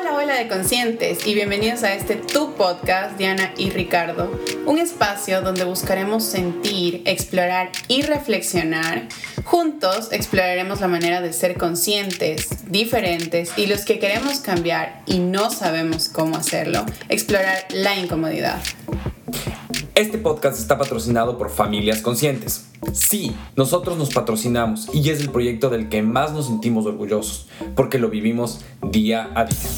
Hola de conscientes y bienvenidos a tu podcast, Diana y Ricardo, un espacio donde buscaremos sentir, explorar y reflexionar. Juntos exploraremos la manera de ser conscientes, diferentes y los que queremos cambiar y no sabemos cómo hacerlo, explorar la incomodidad. Este podcast está patrocinado por Familias Conscientes. Sí, nosotros nos patrocinamos y es el proyecto del que más nos sentimos orgullosos, porque lo vivimos día a día.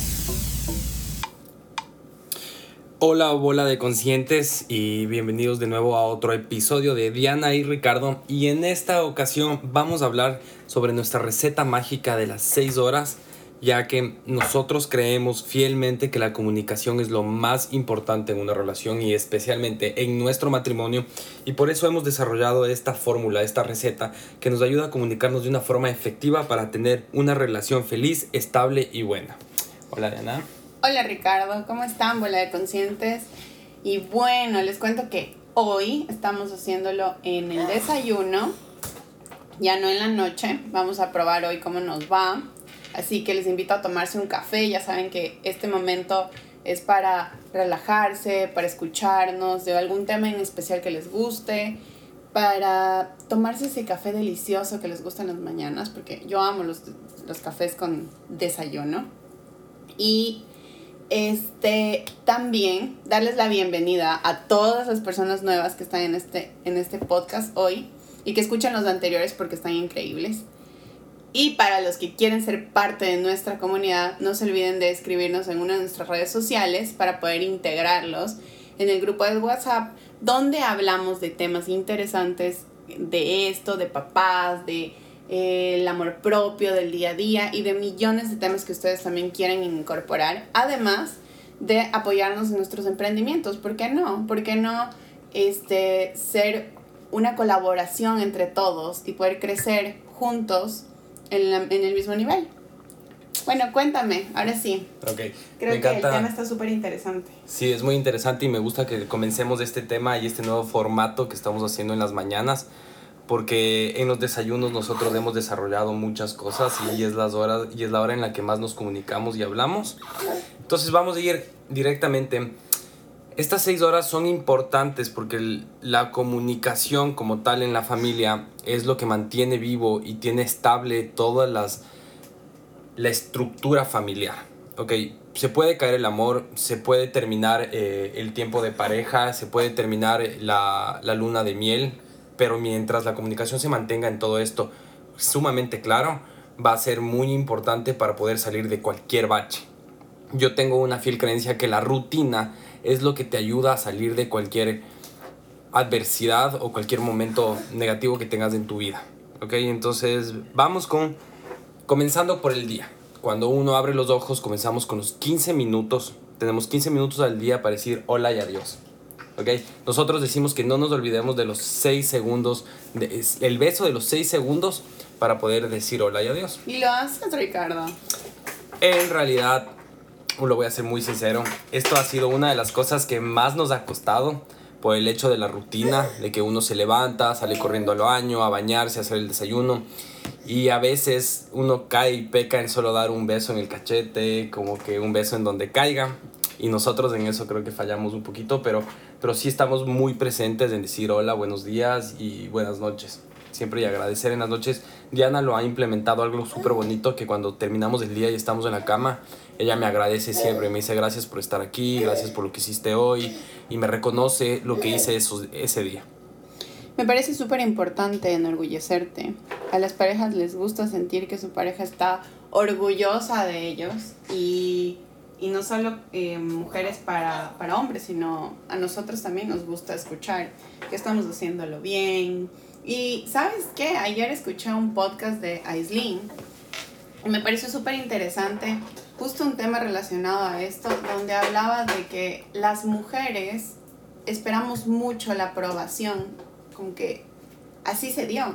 Hola, bola de conscientes, y bienvenidos de nuevo a otro episodio de Diana y Ricardo. Y en esta ocasión vamos a hablar sobre nuestra receta mágica de las 6 horas, ya que nosotros creemos fielmente que la comunicación es lo más importante en una relación y especialmente en nuestro matrimonio, y por eso hemos desarrollado esta fórmula, esta receta que nos ayuda a comunicarnos de una forma efectiva para tener una relación feliz, estable y buena. Hola, Diana. Hola Ricardo, ¿cómo están, bola de conscientes? Y bueno, les cuento que hoy estamos haciéndolo en el desayuno, ya no en la noche. Vamos a probar hoy cómo nos va. Así que les invito a tomarse un café. Ya saben que este momento es para relajarse, para escucharnos de algún tema en especial que les guste, para tomarse ese café delicioso que les gusta en las mañanas, porque yo amo los cafés con desayuno. Y también darles la bienvenida a todas las personas nuevas que están en este podcast hoy y que escuchan los anteriores porque están increíbles. Y para los que quieren ser parte de nuestra comunidad, no se olviden de escribirnos en una de nuestras redes sociales para poder integrarlos en el grupo de WhatsApp, donde hablamos de temas interesantes de esto, de papás, de el amor propio, del día a día y de millones de temas que ustedes también quieren incorporar, además de apoyarnos en nuestros emprendimientos. ¿Por qué no? ¿Por qué no ser una colaboración entre todos y poder crecer juntos en el mismo nivel? Bueno, cuéntame, ahora sí. Okay. Creo que el tema está súper interesante. Sí, es muy interesante y me gusta que comencemos este tema y este nuevo formato que estamos haciendo en las mañanas, porque en los desayunos nosotros hemos desarrollado muchas cosas y es la hora en la que más nos comunicamos y hablamos. Entonces vamos a ir directamente. Estas 6 horas son importantes porque la comunicación como tal en la familia es lo que mantiene vivo y tiene estable toda la estructura familiar. Okay. Se puede caer el amor, se puede terminar el tiempo de pareja, se puede terminar la luna de miel, pero mientras la comunicación se mantenga en todo esto sumamente claro, va a ser muy importante para poder salir de cualquier bache. Yo tengo una fiel creencia que la rutina es lo que te ayuda a salir de cualquier adversidad o cualquier momento negativo que tengas en tu vida. ¿Okay? Entonces vamos comenzando por el día. Cuando uno abre los ojos, comenzamos con los 15 minutos. Tenemos 15 minutos al día para decir hola y adiós. ¿Okay? Nosotros decimos que no nos olvidemos de los 6 segundos, el beso de los 6 segundos para poder decir hola y adiós. ¿Y lo haces, Ricardo? En realidad, lo voy a ser muy sincero, esto ha sido una de las cosas que más nos ha costado por el hecho de la rutina, de que uno se levanta, sale corriendo al baño, a bañarse, a hacer el desayuno, y a veces uno cae y peca en solo dar un beso en el cachete, como que un beso en donde caiga, y nosotros en eso creo que fallamos un poquito, pero sí estamos muy presentes en decir hola, buenos días y buenas noches. Siempre y agradecer en las noches. Diana lo ha implementado algo súper bonito, que cuando terminamos el día y estamos en la cama, ella me agradece siempre, me dice gracias por estar aquí, gracias por lo que hiciste hoy, y me reconoce lo que hice ese día. Me parece súper importante enorgullecerte. A las parejas les gusta sentir que su pareja está orgullosa de ellos, y no solo mujeres para hombres, sino a nosotros también nos gusta escuchar que estamos haciéndolo bien. Y ¿sabes qué? Ayer escuché un podcast de Aislinn y me pareció súper interesante, justo un tema relacionado a esto, donde hablaba de que las mujeres esperamos mucho la aprobación, como que así se dio.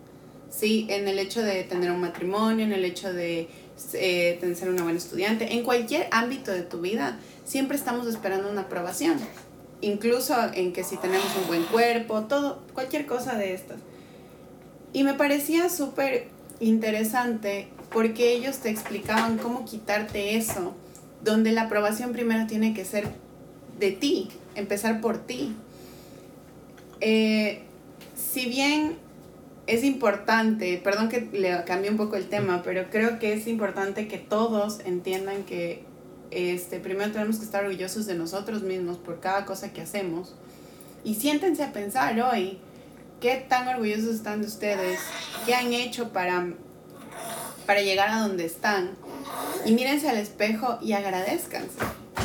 Sí, en el hecho de tener un matrimonio, en el hecho de ser una buena estudiante, en cualquier ámbito de tu vida, siempre estamos esperando una aprobación. Incluso en que si tenemos un buen cuerpo, todo, cualquier cosa de estas. Y me parecía súper interesante porque ellos te explicaban cómo quitarte eso donde la aprobación primero tiene que ser de ti, empezar por ti. Si bien es importante, perdón que le cambié un poco el tema, pero creo que es importante que todos entiendan que primero tenemos que estar orgullosos de nosotros mismos por cada cosa que hacemos. Y siéntense a pensar hoy, ¿qué tan orgullosos están de ustedes? ¿Qué han hecho para llegar a donde están? Y mírense al espejo y agradézcanse.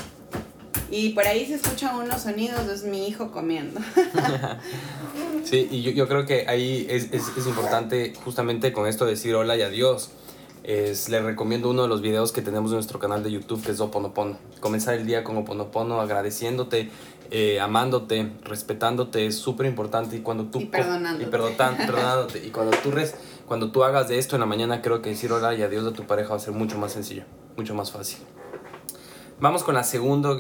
Y por ahí se escuchan unos sonidos, es mi hijo comiendo. Sí, y yo creo que ahí es importante justamente con esto decir hola y adiós. Les recomiendo uno de los videos que tenemos en nuestro canal de YouTube, que es Ho'oponopono. Comenzar el día con Ho'oponopono, agradeciéndote, amándote, respetándote, es súper importante. Y perdonándote. Perdonándote. Y cuando tú hagas de esto en la mañana, creo que decir hola y adiós a tu pareja va a ser mucho más sencillo, mucho más fácil. Vamos con la segunda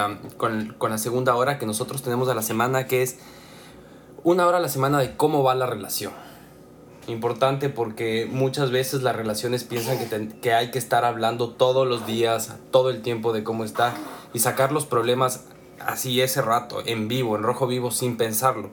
hora que nosotros tenemos a la semana, que es una hora a la semana de cómo va la relación. Importante porque muchas veces las relaciones piensan que hay que estar hablando todos los días, todo el tiempo de cómo está y sacar los problemas así ese rato, en vivo, en rojo vivo, sin pensarlo.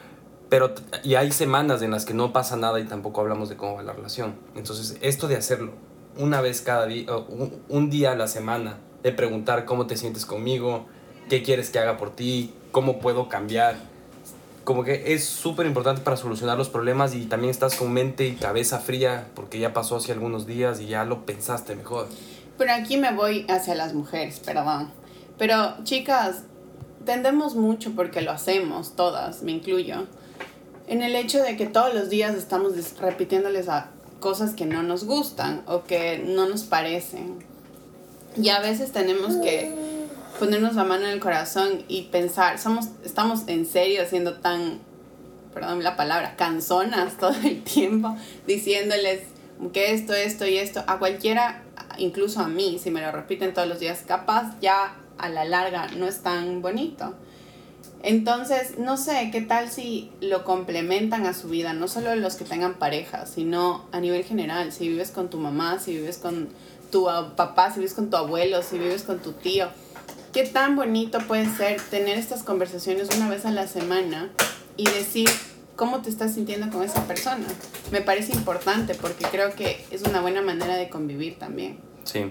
Y hay semanas en las que no pasa nada y tampoco hablamos de cómo va la relación. Entonces, esto de hacerlo una vez cada día, un día a la semana, de preguntar cómo te sientes conmigo, qué quieres que haga por ti, cómo puedo cambiar. Como que es súper importante para solucionar los problemas y también estás con mente y cabeza fría porque ya pasó hace algunos días y ya lo pensaste mejor. Pero aquí me voy hacia las mujeres, perdón. Pero chicas, tendemos mucho porque lo hacemos, todas, me incluyo, en el hecho de que todos los días estamos repitiéndoles a cosas que no nos gustan o que no nos parecen. Y a veces tenemos que ponernos la mano en el corazón y pensar, estamos en serio siendo tan, perdón la palabra, canzonas todo el tiempo, diciéndoles que esto y esto, a cualquiera, incluso a mí, si me lo repiten todos los días, capaz ya a la larga no es tan bonito. Entonces, no sé, ¿qué tal si lo complementan a su vida? No solo los que tengan pareja, sino a nivel general. Si vives con tu mamá, si vives con tu papá, si vives con tu abuelo, si vives con tu tío. ¿Qué tan bonito puede ser tener estas conversaciones una vez a la semana y decir cómo te estás sintiendo con esa persona? Me parece importante porque creo que es una buena manera de convivir también. Sí.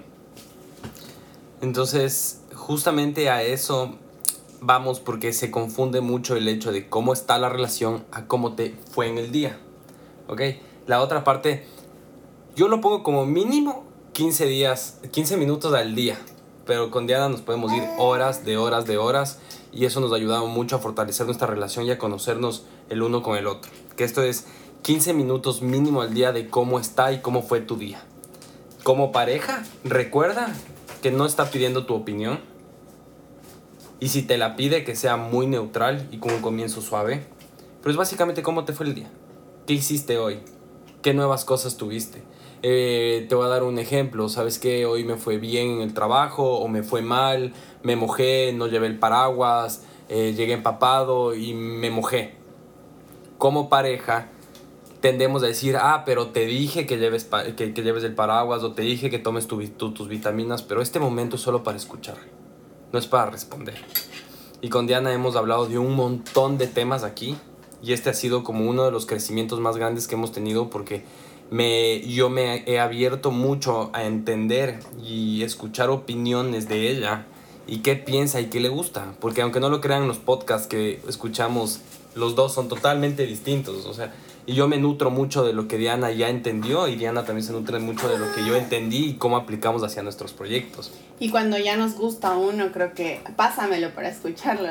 Entonces, justamente a eso vamos porque se confunde mucho el hecho de cómo está la relación a cómo te fue en el día. ¿Ok? La otra parte, yo lo pongo como mínimo 15 minutos al día. Pero con Diana nos podemos ir horas y eso nos ha ayudado mucho a fortalecer nuestra relación y a conocernos el uno con el otro. Que esto es 15 minutos mínimo al día de cómo está y cómo fue tu día. Como pareja, recuerda que no está pidiendo tu opinión. Y si te la pide, que sea muy neutral y con un comienzo suave. Pero es básicamente cómo te fue el día. ¿Qué hiciste hoy? ¿Qué nuevas cosas tuviste? Te voy a dar un ejemplo. ¿Sabes qué? Hoy me fue bien en el trabajo o me fue mal. Me mojé, no llevé el paraguas. Llegué empapado y me mojé. Como pareja tendemos a decir, pero te dije que lleves el paraguas o te dije que tomes tus vitaminas, pero este momento es solo para escuchar, no es para responder. Y con Diana hemos hablado de un montón de temas aquí y este ha sido como uno de los crecimientos más grandes que hemos tenido porque yo me he abierto mucho a entender y escuchar opiniones de ella y qué piensa y qué le gusta, porque aunque no lo crean, los podcasts que escuchamos los dos son totalmente distintos, o sea, y yo me nutro mucho de lo que Diana ya entendió y Diana también se nutre mucho de lo que yo entendí y cómo aplicamos hacia nuestros proyectos. Y cuando ya nos gusta uno, creo que pásamelo para escucharlo.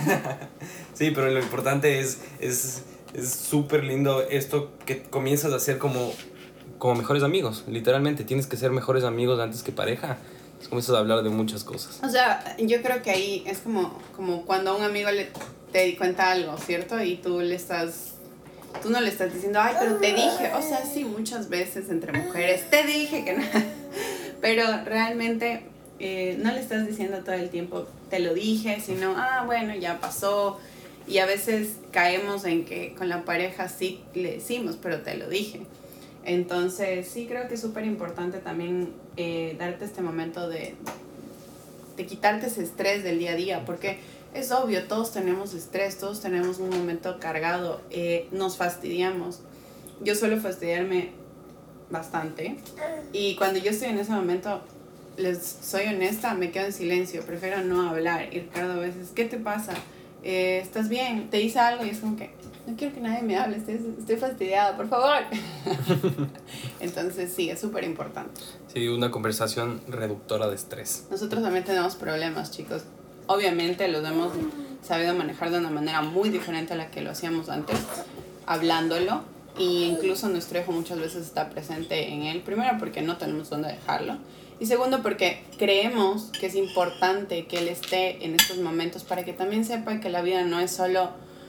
Sí, pero lo importante es súper lindo esto que comienzas a hacer como mejores amigos, literalmente. Tienes que ser mejores amigos antes que pareja. Comienzas a hablar de muchas cosas. O sea, yo creo que ahí es como cuando a un amigo te cuenta algo, ¿cierto? Y tú no le estás diciendo, ay, pero te dije. O sea, sí, muchas veces entre mujeres, te dije que no. Pero realmente no le estás diciendo todo el tiempo, te lo dije, sino, bueno, ya pasó. Y a veces caemos en que con la pareja sí le decimos, pero te lo dije. Entonces, sí creo que es súper importante también darte este momento de de quitarte ese estrés del día a día, porque es obvio, todos tenemos estrés, todos tenemos un momento cargado, nos fastidiamos. Yo suelo fastidiarme bastante y cuando yo estoy en ese momento, les soy honesta, me quedo en silencio, prefiero no hablar. Y Ricardo a veces, ¿qué te pasa? ¿Estás bien? ¿Te hice algo? Y es como que, no quiero que nadie me hable, estoy fastidiada, por favor. Entonces sí, es súper importante. Sí, una conversación reductora de estrés. Nosotros también tenemos problemas, chicos. Obviamente los hemos sabido manejar de una manera muy diferente a la que lo hacíamos antes, hablándolo. Y incluso nuestro hijo muchas veces está presente en él. Primero porque no tenemos dónde dejarlo. Y segundo porque creemos que es importante que él esté en estos momentos para que también sepa que la vida no es solo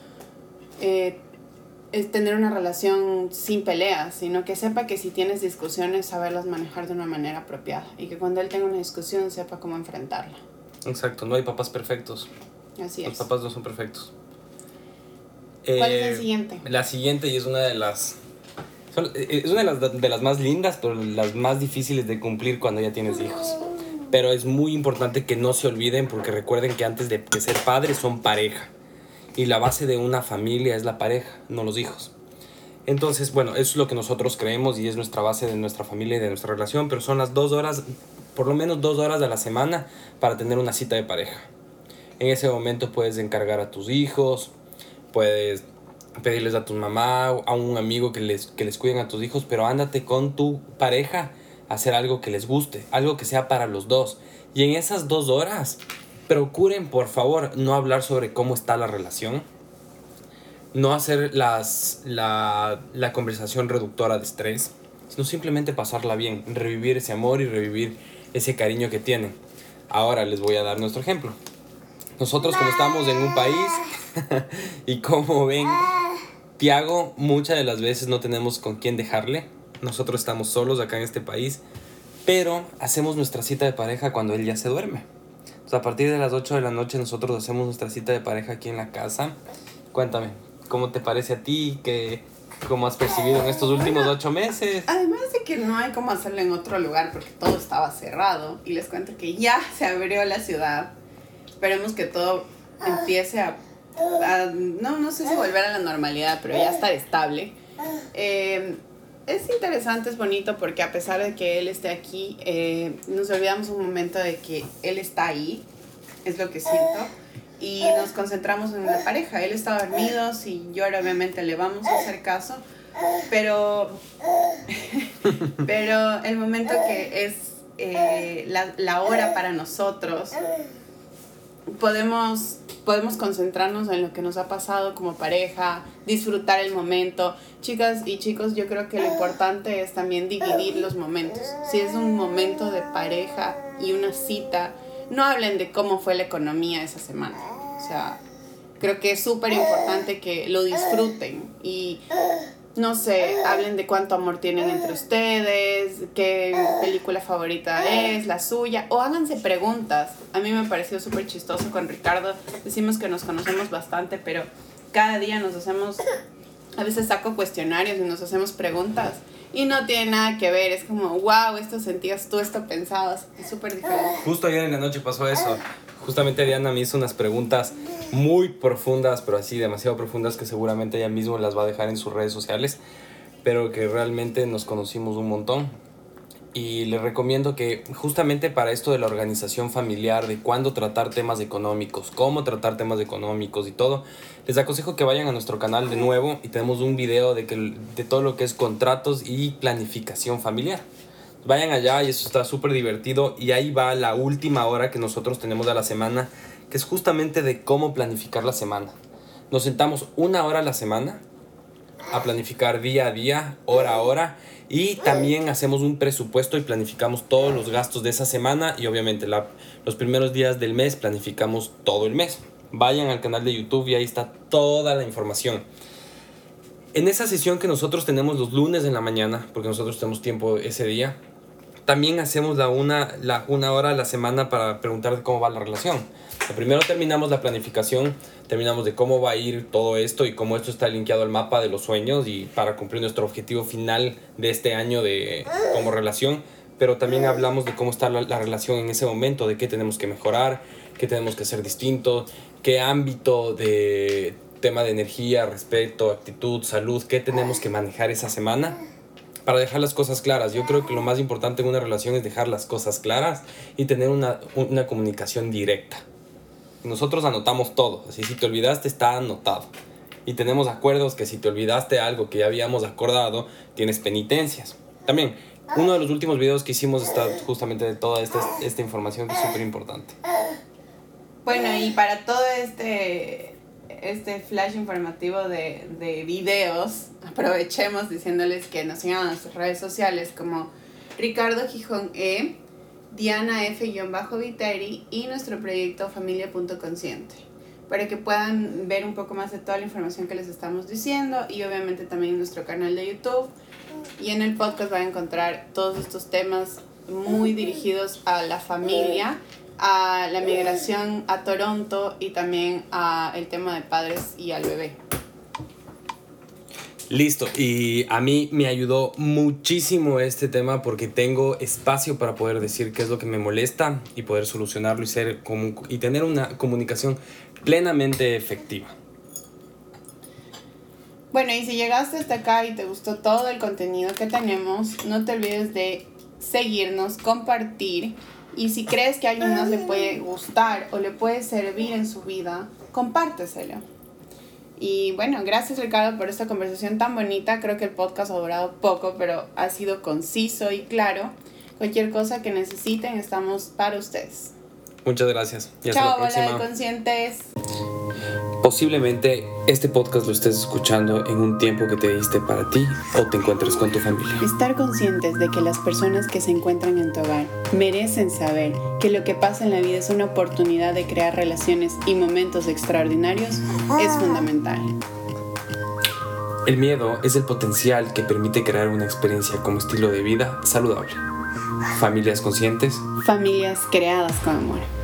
es tener una relación sin peleas, sino que sepa que si tienes discusiones, saberlas manejar de una manera apropiada. Y que cuando él tenga una discusión, sepa cómo enfrentarla. Exacto, no hay papás perfectos. Así es. Los papás no son perfectos. ¿Cuál es el siguiente? La siguiente, y es una de las... Es una de las más lindas, pero las más difíciles de cumplir cuando ya tienes hijos. Pero es muy importante que no se olviden, porque recuerden que antes de ser padres son pareja. Y la base de una familia es la pareja, no los hijos. Entonces, bueno, eso es lo que nosotros creemos y es nuestra base de nuestra familia y de nuestra relación. Pero son las 2 horas, por lo menos 2 horas de la semana para tener una cita de pareja. En ese momento puedes encargar a tus hijos, puedes pedirles a tu mamá, a un amigo que les cuiden a tus hijos, pero ándate con tu pareja a hacer algo que les guste, algo que sea para los dos. Y en esas 2 horas, procuren, por favor, no hablar sobre cómo está la relación, no hacer la conversación reductora de estrés, sino simplemente pasarla bien, revivir ese amor y revivir ese cariño que tienen. Ahora les voy a dar nuestro ejemplo. Nosotros, como estamos en un país y como ven, Tiago muchas de las veces no tenemos con quién dejarle. Nosotros estamos solos acá en este país, pero hacemos nuestra cita de pareja cuando él ya se duerme. Entonces, a partir de las 8 de la noche nosotros hacemos nuestra cita de pareja aquí en la casa. Cuéntame, ¿cómo te parece a ti? ¿Cómo has percibido en estos últimos 8 meses? Además de que no hay cómo hacerlo en otro lugar porque todo estaba cerrado. Y les cuento que ya se abrió la ciudad. Esperemos que todo empiece a no sé si volver a la normalidad, pero ya estar estable. Es interesante, es bonito porque a pesar de que él esté aquí, nos olvidamos un momento de que él está ahí, es lo que siento, y nos concentramos en la pareja. Él está dormido, si llora obviamente le vamos a hacer caso, pero el momento que es la hora para nosotros, podemos concentrarnos en lo que nos ha pasado como pareja, disfrutar el momento. Chicas y chicos, yo creo que lo importante es también dividir los momentos. Si es un momento de pareja y una cita, no hablen de cómo fue la economía esa semana. O sea, creo que es súper importante que lo disfruten y no sé, hablen de cuánto amor tienen entre ustedes, qué película favorita es, la suya, o háganse preguntas. A mí me pareció súper chistoso con Ricardo. Decimos que nos conocemos bastante, pero cada día nos hacemos, a veces saco cuestionarios y nos hacemos preguntas y no tiene nada que ver. Es como, wow, esto sentías tú, esto pensabas. Es súper diferente. Justo ayer en la noche pasó eso. Justamente Diana me hizo unas preguntas muy profundas, pero así demasiado profundas, que seguramente ella misma las va a dejar en sus redes sociales, pero que realmente nos conocimos un montón. Y les recomiendo que justamente para esto de la organización familiar, de cuándo tratar temas económicos, cómo tratar temas económicos y todo, les aconsejo que vayan a nuestro canal de nuevo y tenemos un video de todo lo que es contratos y planificación familiar. Vayan allá y eso está súper divertido, y ahí va la última hora que nosotros tenemos de la semana, que es justamente de cómo planificar la semana. Nos sentamos 1 hora a la semana a planificar día a día, hora a hora, y también hacemos un presupuesto y planificamos todos los gastos de esa semana, y obviamente los primeros días del mes planificamos todo el mes. Vayan al canal de YouTube y ahí está toda la información. En esa sesión que nosotros tenemos los lunes en la mañana, porque nosotros tenemos tiempo ese día, también hacemos una hora a la semana para preguntar cómo va la relación. Primero terminamos la planificación, terminamos de cómo va a ir todo esto y cómo esto está linkeado al mapa de los sueños y para cumplir nuestro objetivo final de este año como relación. pero también hablamos de cómo está la relación en ese momento, de qué tenemos que mejorar, qué tenemos que hacer distinto, qué ámbito de tema de energía, respeto, actitud, salud, qué tenemos que manejar esa semana para dejar las cosas claras. Yo creo que lo más importante en una relación es dejar las cosas claras y tener una comunicación directa. Nosotros anotamos todo, así si te olvidaste está anotado. Y tenemos acuerdos que si te olvidaste algo que ya habíamos acordado, tienes penitencias. También, uno de los últimos videos que hicimos está justamente de toda esta información que es súper importante. Bueno, y para todo este flash informativo de videos, aprovechemos diciéndoles que nos sigan a nuestras redes sociales como Ricardo Gijón E, Diana F-Viteri y nuestro proyecto familia.consciente, para que puedan ver un poco más de toda la información que les estamos diciendo, y obviamente también en nuestro canal de YouTube, y en el podcast van a encontrar todos estos temas muy dirigidos a la familia, a la migración a Toronto y también a el tema de padres y al bebé. Listo, y a mí me ayudó muchísimo este tema porque tengo espacio para poder decir qué es lo que me molesta y poder solucionarlo y tener una comunicación plenamente efectiva. Bueno, y si llegaste hasta acá y te gustó todo el contenido que tenemos, no te olvides de seguirnos, compartir, y si crees que a alguien más le puede gustar o le puede servir en su vida, compárteselo. Y bueno, gracias Ricardo por esta conversación tan bonita. Creo que el podcast ha durado poco, pero ha sido conciso y claro. Cualquier cosa que necesiten, estamos para ustedes. Muchas gracias. Y hasta Chao, la próxima. bola de conscientes. Posiblemente este podcast lo estés escuchando en un tiempo que te diste para ti o te encuentres con tu familia. Estar conscientes de que las personas que se encuentran en tu hogar merecen saber que lo que pasa en la vida es una oportunidad de crear relaciones y momentos extraordinarios es fundamental. El miedo es el potencial que permite crear una experiencia como estilo de vida saludable. Familias conscientes. Familias creadas con amor.